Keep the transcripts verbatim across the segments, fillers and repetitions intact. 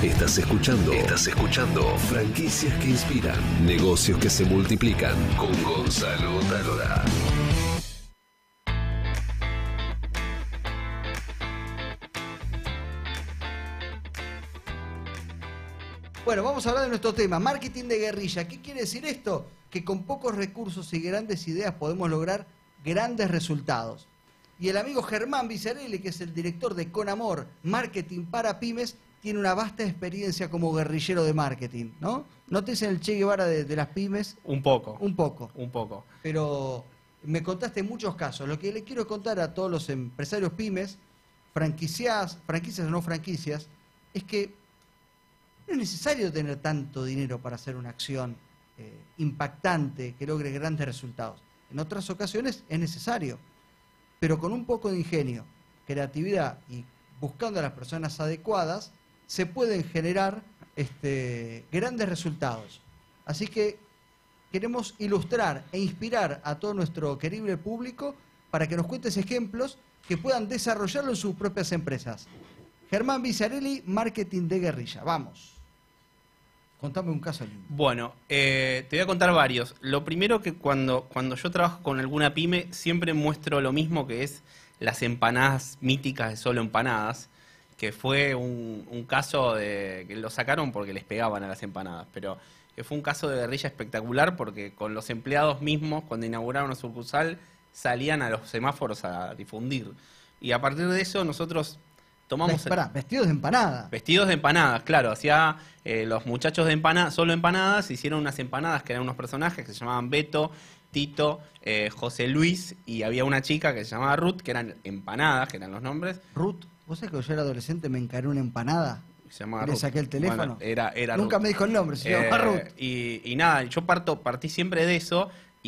Estás escuchando, estás escuchando Franquicias que Inspiran, Negocios que se Multiplican, con Gonzalo Talora. Bueno, vamos a hablar de nuestro tema, marketing de guerrilla. ¿Qué quiere decir esto? Que con pocos recursos y grandes ideas podemos lograr grandes resultados. Y el amigo Germán Vicerelli, que es el director de Con Amor, Marketing para Pymes, tiene una vasta experiencia como guerrillero de marketing, ¿no? ¿No te dicen el Che Guevara de, de las pymes? Un poco. Un poco. Un poco. Pero me contaste muchos casos. Lo que le quiero contar a todos los empresarios pymes, franquicias, franquicias o no franquicias, es que no es necesario tener tanto dinero para hacer una acción eh, impactante que logre grandes resultados. En otras ocasiones es necesario, pero con un poco de ingenio, creatividad y buscando a las personas adecuadas, se pueden generar este, grandes resultados. Así que queremos ilustrar e inspirar a todo nuestro querible público para que nos cuentes ejemplos que puedan desarrollarlo en sus propias empresas. Germán Vicerelli, Marketing de Guerrilla. Vamos. Contame un caso lindo. Bueno, eh, te voy a contar varios. Lo primero que cuando, cuando yo trabajo con alguna pyme, siempre muestro lo mismo, que es las empanadas míticas de Solo Empanadas, que fue un, un caso de que lo sacaron porque les pegaban a las empanadas, pero que fue un caso de guerrilla espectacular porque con los empleados mismos, cuando inauguraron una sucursal, salían a los semáforos a difundir. Y a partir de eso nosotros tomamos... Pará, vestidos de empanadas. Vestidos de empanadas, claro. Hacía eh, los muchachos de empanadas, solo empanadas, hicieron unas empanadas que eran unos personajes que se llamaban Beto, Tito, eh, José Luis, y había una chica que se llamaba Ruth, que eran empanadas, que eran los nombres. Ruth, ¿vos sabés que yo era adolescente, me encaré una empanada? Se llamaba Le Ruth. saqué el teléfono. Bueno, era, era Nunca Ruth. me dijo el nombre, se Eh, llama Ruth. Y, y nada, yo parto, partí siempre de eso,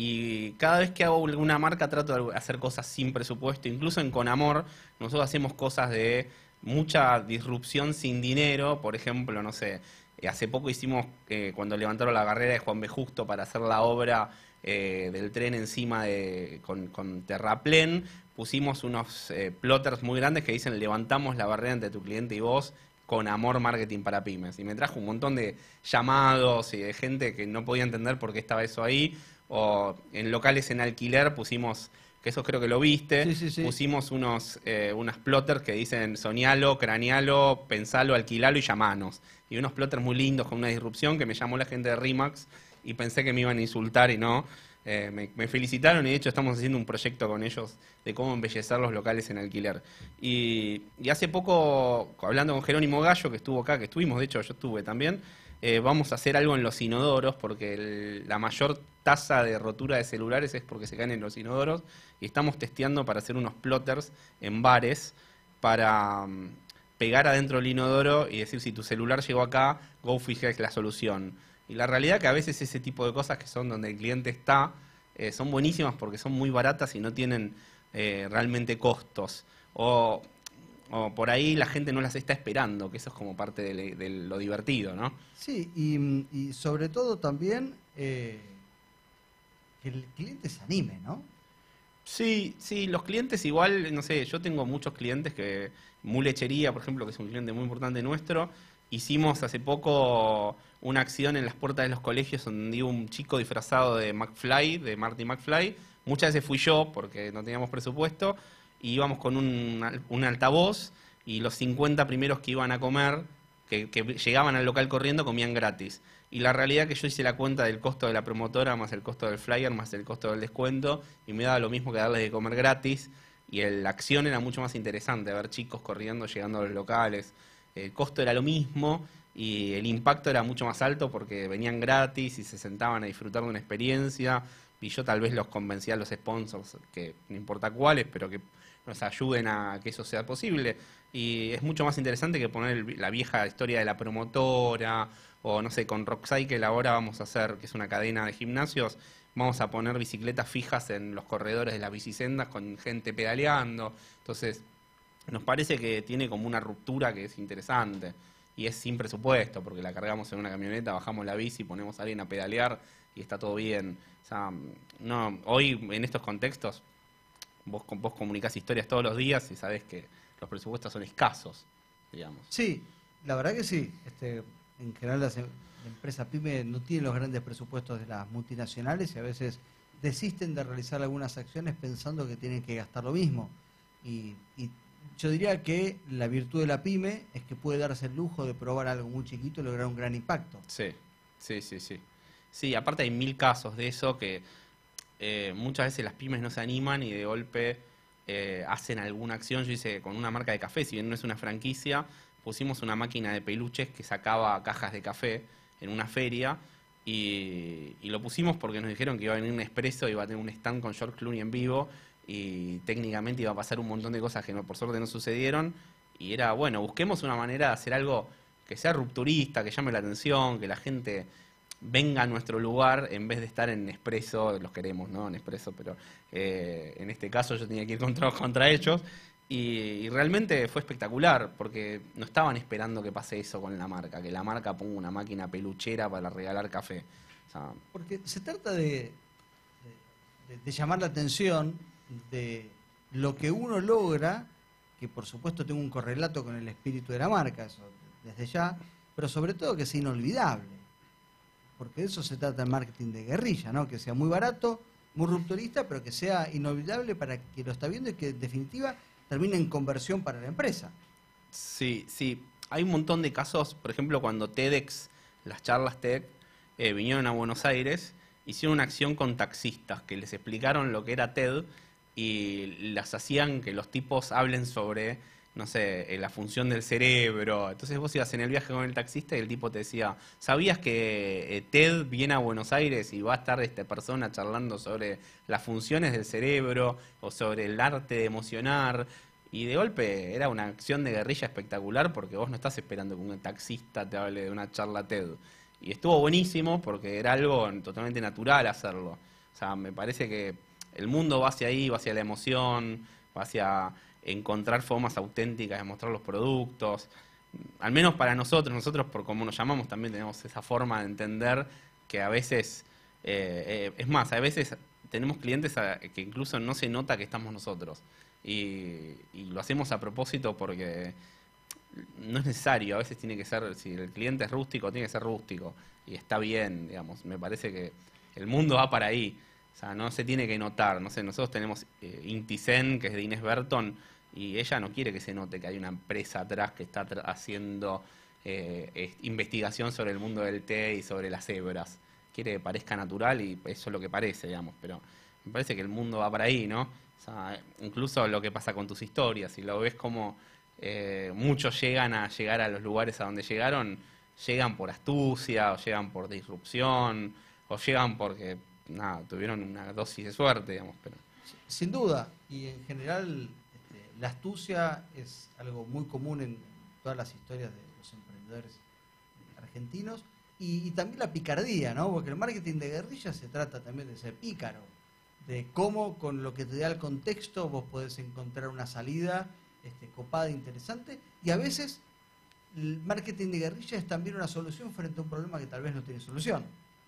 y cada vez que hago alguna marca trato de hacer cosas sin presupuesto. Incluso en Con Amor, nosotros hacemos cosas de mucha disrupción sin dinero. Por ejemplo, no sé, hace poco hicimos, eh, cuando levantaron la barrera de Juan B. Justo para hacer la obra eh, del tren encima de con, con Terraplén, pusimos unos eh, plotters muy grandes que dicen: levantamos la barrera entre tu cliente y vos, Con Amor, Marketing para Pymes. Y me trajo un montón de llamados y de gente que no podía entender por qué estaba eso ahí. O en locales en alquiler pusimos, que eso creo que lo viste, sí, sí, sí. pusimos unos, eh, unos plotters que dicen: soñalo, cranealo, pensalo, alquilalo y llamanos. Y unos plotters muy lindos con una disrupción que me llamó la gente de RIMAX y pensé que me iban a insultar y no. Eh, me, me felicitaron y de hecho estamos haciendo un proyecto con ellos de cómo embellecer los locales en alquiler. Y, y hace poco, hablando con Jerónimo Gallo, que estuvo acá, que estuvimos, de hecho yo estuve también, eh, vamos a hacer algo en los inodoros, porque el, la mayor tasa de rotura de celulares es porque se caen en los inodoros, y estamos testeando para hacer unos plotters en bares para um, pegar adentro del inodoro y decir: si tu celular llegó acá, GoFish es la solución. Y la realidad que a veces ese tipo de cosas que son donde el cliente está, eh, son buenísimas porque son muy baratas y no tienen eh, realmente costos. O, o por ahí la gente no las está esperando, que eso es como parte de, de lo divertido, ¿no? Sí, y, y sobre todo también eh, que el cliente se anime, ¿no? Sí, sí, los clientes igual, no sé, yo tengo muchos clientes que, Mulechería, por ejemplo, que es un cliente muy importante nuestro, hicimos hace poco una acción en las puertas de los colegios donde iba un chico disfrazado de McFly, de Marty McFly. Muchas veces fui yo porque no teníamos presupuesto, y íbamos con un, un altavoz, y los cincuenta primeros que iban a comer, que, que llegaban al local corriendo, comían gratis. Y la realidad es que yo hice la cuenta del costo de la promotora, más el costo del flyer, más el costo del descuento, y me daba lo mismo que darles de comer gratis, y el, la acción era mucho más interesante, ver chicos corriendo, llegando a los locales. El costo era lo mismo y el impacto era mucho más alto porque venían gratis y se sentaban a disfrutar de una experiencia, y yo tal vez los convencía a los sponsors, que no importa cuáles, pero que nos ayuden a que eso sea posible. Y es mucho más interesante que poner el, la vieja historia de la promotora, o no sé, con Rockcycle ahora vamos a hacer, que es una cadena de gimnasios, vamos a poner bicicletas fijas en los corredores de las bicisendas con gente pedaleando. Entonces, nos parece que tiene como una ruptura que es interesante, y es sin presupuesto, porque la cargamos en una camioneta, bajamos la bici, ponemos a alguien a pedalear y está todo bien. O sea, no, hoy en estos contextos vos, vos comunicás historias todos los días y sabés que los presupuestos son escasos, digamos. Sí, La verdad que sí. Este, en general las em- empresas pyme no tienen los grandes presupuestos de las multinacionales y a veces desisten de realizar algunas acciones pensando que tienen que gastar lo mismo. Y, y yo diría que la virtud de la pyme es que puede darse el lujo de probar algo muy chiquito y lograr un gran impacto. Sí, sí, sí, sí. Sí, aparte hay mil casos de eso que eh, muchas veces las pymes no se animan y de golpe eh, hacen alguna acción. Yo hice con una marca de café, si bien no es una franquicia, pusimos una máquina de peluches que sacaba cajas de café en una feria y, y lo pusimos porque nos dijeron que iba a venir un Nespresso, iba a tener un stand con George Clooney en vivo y técnicamente iba a pasar un montón de cosas que no, por suerte no sucedieron y era, bueno, busquemos una manera de hacer algo que sea rupturista, que llame la atención, que la gente venga a nuestro lugar en vez de estar en Nespresso, los queremos, ¿no? En Nespresso, pero eh, en este caso yo tenía que ir contra, contra ellos y, y realmente fue espectacular porque no estaban esperando que pase eso con la marca, que la marca ponga una máquina peluchera para regalar café. O sea, Porque se trata de, de, de llamar la atención de lo que uno logra, que por supuesto tenga un correlato con el espíritu de la marca, eso desde ya, pero sobre todo que sea inolvidable. Porque de eso se trata el marketing de guerrilla, ¿no? Que sea muy barato, muy rupturista, pero que sea inolvidable para quien lo está viendo y que en definitiva termine en conversión para la empresa. sí, sí. Hay un montón de casos, por ejemplo, cuando TEDx, las charlas TED, eh, vinieron a Buenos Aires, hicieron una acción con taxistas que les explicaron lo que era TED y las hacían que los tipos hablen sobre, no sé, eh, la función del cerebro. Entonces vos ibas en el viaje con el taxista y el tipo te decía, ¿sabías que eh, TED viene a Buenos Aires y va a estar esta persona charlando sobre las funciones del cerebro o sobre el arte de emocionar? Y de golpe era una acción de guerrilla espectacular porque vos no estás esperando que un taxista te hable de una charla TED. Y estuvo buenísimo porque era algo totalmente natural hacerlo. O sea, me parece que el mundo va hacia ahí, va hacia la emoción, va hacia encontrar formas auténticas de mostrar los productos. Al menos para nosotros, nosotros por como nos llamamos también tenemos esa forma de entender que a veces, eh, eh, es más, a veces tenemos clientes a- que incluso no se nota que estamos nosotros. Y, y lo hacemos a propósito porque no es necesario, a veces tiene que ser, si el cliente es rústico, tiene que ser rústico. Y está bien, digamos, me parece que el mundo va para ahí. O sea, no se tiene que notar, no sé, nosotros tenemos eh, Inti Zen, que es de Inés Berton, y ella no quiere que se note que hay una empresa atrás que está tra- haciendo eh, es- investigación sobre el mundo del té y sobre las hebras. Quiere que parezca natural y eso es lo que parece, digamos, pero me parece que el mundo va para ahí, ¿no? O sea, incluso lo que pasa con tus historias, si lo ves como eh, muchos llegan a llegar a los lugares a donde llegaron, llegan por astucia, o llegan por disrupción, o llegan porque, nada, tuvieron una dosis de suerte, digamos, pero... Sin duda, y en general este, la astucia es algo muy común en todas las historias de los emprendedores argentinos y, y también la picardía, ¿no? Porque el marketing de guerrilla se trata también de ser pícaro, de cómo con lo que te da el contexto vos podés encontrar una salida este, copada, interesante, y a veces el marketing de guerrilla es también una solución frente a un problema que tal vez no tiene solución.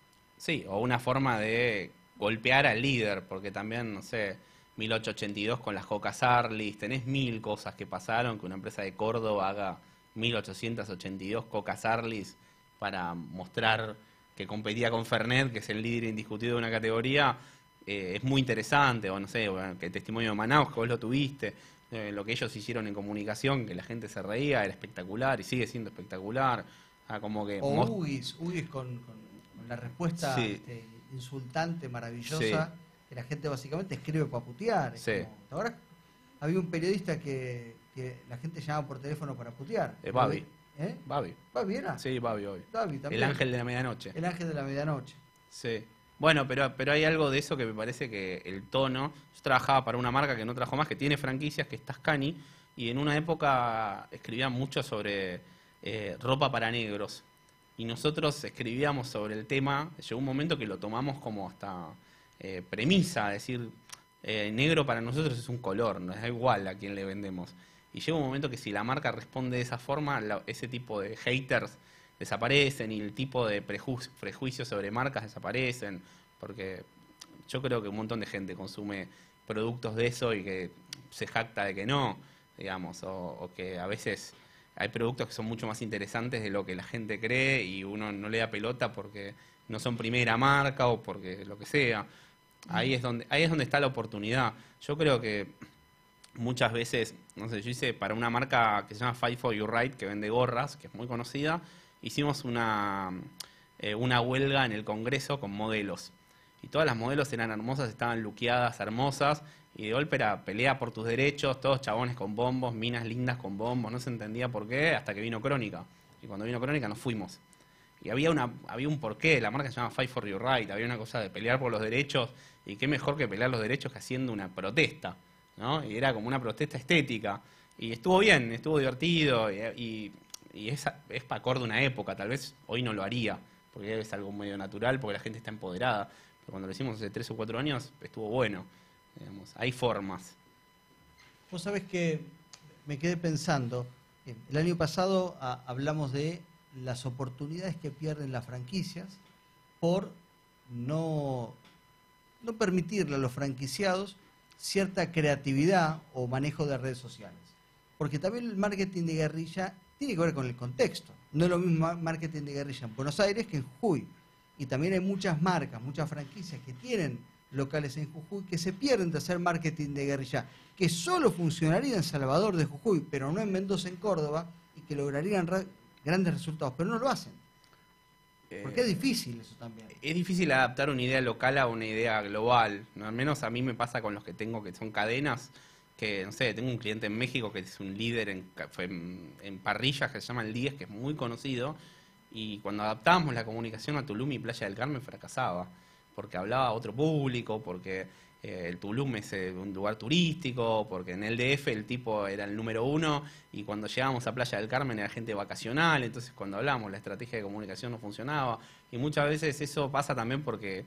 Sí, o una forma de golpear al líder, porque también, no sé, mil ochocientos ochenta y dos con las Coca Sarlis, tenés mil cosas que pasaron, que una empresa de Córdoba haga mil ochocientos ochenta y dos Coca Sarlis para mostrar que competía con Fernet, que es el líder indiscutido de una categoría, eh, es muy interesante, o no sé, bueno, que el testimonio de Manaus, que vos lo tuviste, eh, lo que ellos hicieron en comunicación, que la gente se reía, era espectacular y sigue siendo espectacular. Ah, como que O mos- Ugis, Ugis con, con- con la respuesta Sí. este, insultante, maravillosa, Sí. que la gente básicamente escribe para putear. Es Sí. como, ahora había un periodista que, que la gente llamaba por teléfono para putear. Eh, Babi. ¿Eh? Babi. Babi era. Sí, Babi, hoy. Babi también. El ángel de la medianoche. El ángel de la medianoche. Sí. Bueno, pero, pero hay algo de eso que me parece que el tono... Yo trabajaba para una marca que no trabajo más, que tiene franquicias, que es Tascani, y en una época escribía mucho sobre eh, ropa para negros. Y nosotros escribíamos sobre el tema, llegó un momento que lo tomamos como hasta eh, premisa, decir, eh, negro para nosotros es un color, nos da igual a quién le vendemos. Y llega un momento que si la marca responde de esa forma, la- ese tipo de haters desaparecen y el tipo de preju- prejuicios sobre marcas desaparecen, porque yo creo que un montón de gente consume productos de eso y que se jacta de que no, digamos, o, o que a veces hay productos que son mucho más interesantes de lo que la gente cree y uno no le da pelota porque no son primera marca o porque lo que sea. Ahí es donde, ahí es donde está la oportunidad. Yo creo que muchas veces, no sé, yo hice para una marca que se llama Fight for Your Right, que vende gorras, que es muy conocida, hicimos una, eh, una huelga en el Congreso con modelos. Y todas las modelos eran hermosas, estaban luqueadas, hermosas, y de golpe era pelea por tus derechos, todos chabones con bombos, minas lindas con bombos, no se entendía por qué, hasta que vino Crónica. Y cuando vino Crónica nos fuimos. Y había, una, había un porqué, la marca se llama Fight for Your Right, había una cosa de pelear por los derechos, y qué mejor que pelear los derechos que haciendo una protesta, ¿no? Y era como una protesta estética. Y estuvo bien, estuvo divertido, y, y, y es, es para acorde una época, tal vez hoy no lo haría, porque es algo medio natural, porque la gente está empoderada. Pero cuando lo hicimos hace tres o cuatro años, estuvo bueno. Digamos, hay formas. Vos sabés que me quedé pensando, el año pasado a, hablamos de las oportunidades que pierden las franquicias por no, no permitirle a los franquiciados cierta creatividad o manejo de redes sociales. Porque también el marketing de guerrilla tiene que ver con el contexto. No es lo mismo marketing de guerrilla en Buenos Aires que en Jujuy. Y también hay muchas marcas, muchas franquicias que tienen locales en Jujuy que se pierden de hacer marketing de guerrilla, que solo funcionaría en Salvador de Jujuy, pero no en Mendoza, en Córdoba, y que lograrían grandes resultados, pero no lo hacen. Porque es difícil eso también. Es difícil adaptar una idea local a una idea global, ¿no? Al menos a mí me pasa con los que tengo que son cadenas, que no sé, tengo un cliente en México que es un líder en, en, en parrillas que se llama El diez, que es muy conocido, y cuando adaptábamos la comunicación a Tulum y Playa del Carmen fracasaba, porque hablaba a otro público, porque eh, el Tulum es eh, un lugar turístico, porque en el D F el tipo era el número uno, y cuando llegábamos a Playa del Carmen era gente vacacional, entonces cuando hablamos la estrategia de comunicación no funcionaba, y muchas veces eso pasa también porque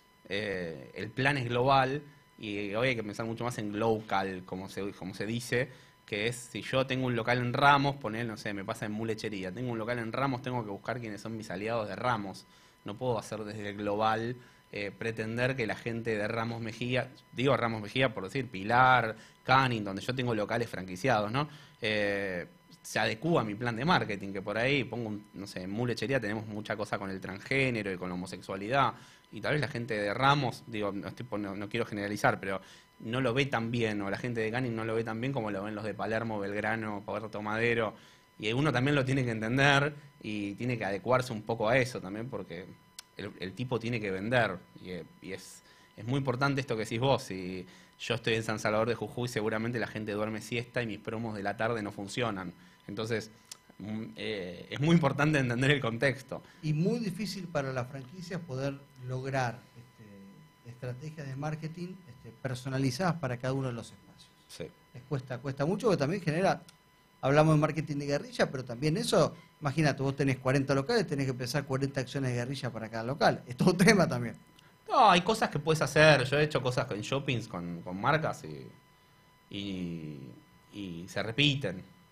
eh, el plan es global, y hoy hay que pensar mucho más en local, como se, como se dice, que es, si yo tengo un local en Ramos, poner, no sé, me pasa en Mulechería, tengo un local en Ramos, tengo que buscar quiénes son mis aliados de Ramos, no puedo hacer desde el global, eh, pretender que la gente de Ramos Mejía, digo Ramos Mejía por decir, Pilar, Canning, donde yo tengo locales franquiciados, ¿no? Eh, se adecúa a mi plan de marketing, que por ahí pongo, un, no sé, en Mulechería tenemos mucha cosa con el transgénero y con la homosexualidad, y tal vez la gente de Ramos, digo, no, estoy, no, no quiero generalizar, pero no lo ve tan bien, o la gente de Canning no lo ve tan bien como lo ven los de Palermo, Belgrano, Puerto Madero, y uno también lo tiene que entender y tiene que adecuarse un poco a eso también, porque el, el tipo tiene que vender, y, y es, es muy importante esto que decís vos. Si yo estoy en San Salvador de Jujuy, seguramente la gente duerme siesta y mis promos de la tarde no funcionan. Entonces, eh, es muy importante entender el contexto. Y muy difícil para las franquicias poder lograr este, estrategias de marketing este, personalizadas para cada uno de los espacios. Sí. Les cuesta, cuesta mucho, que también genera... Hablamos de marketing de guerrilla, pero también eso, imagínate, vos tenés cuarenta locales, tenés que pensar cuarenta acciones de guerrilla para cada local. Es todo un tema también. No, hay cosas que puedes hacer. Yo he hecho cosas en shoppings con, con marcas y, y, y se repiten.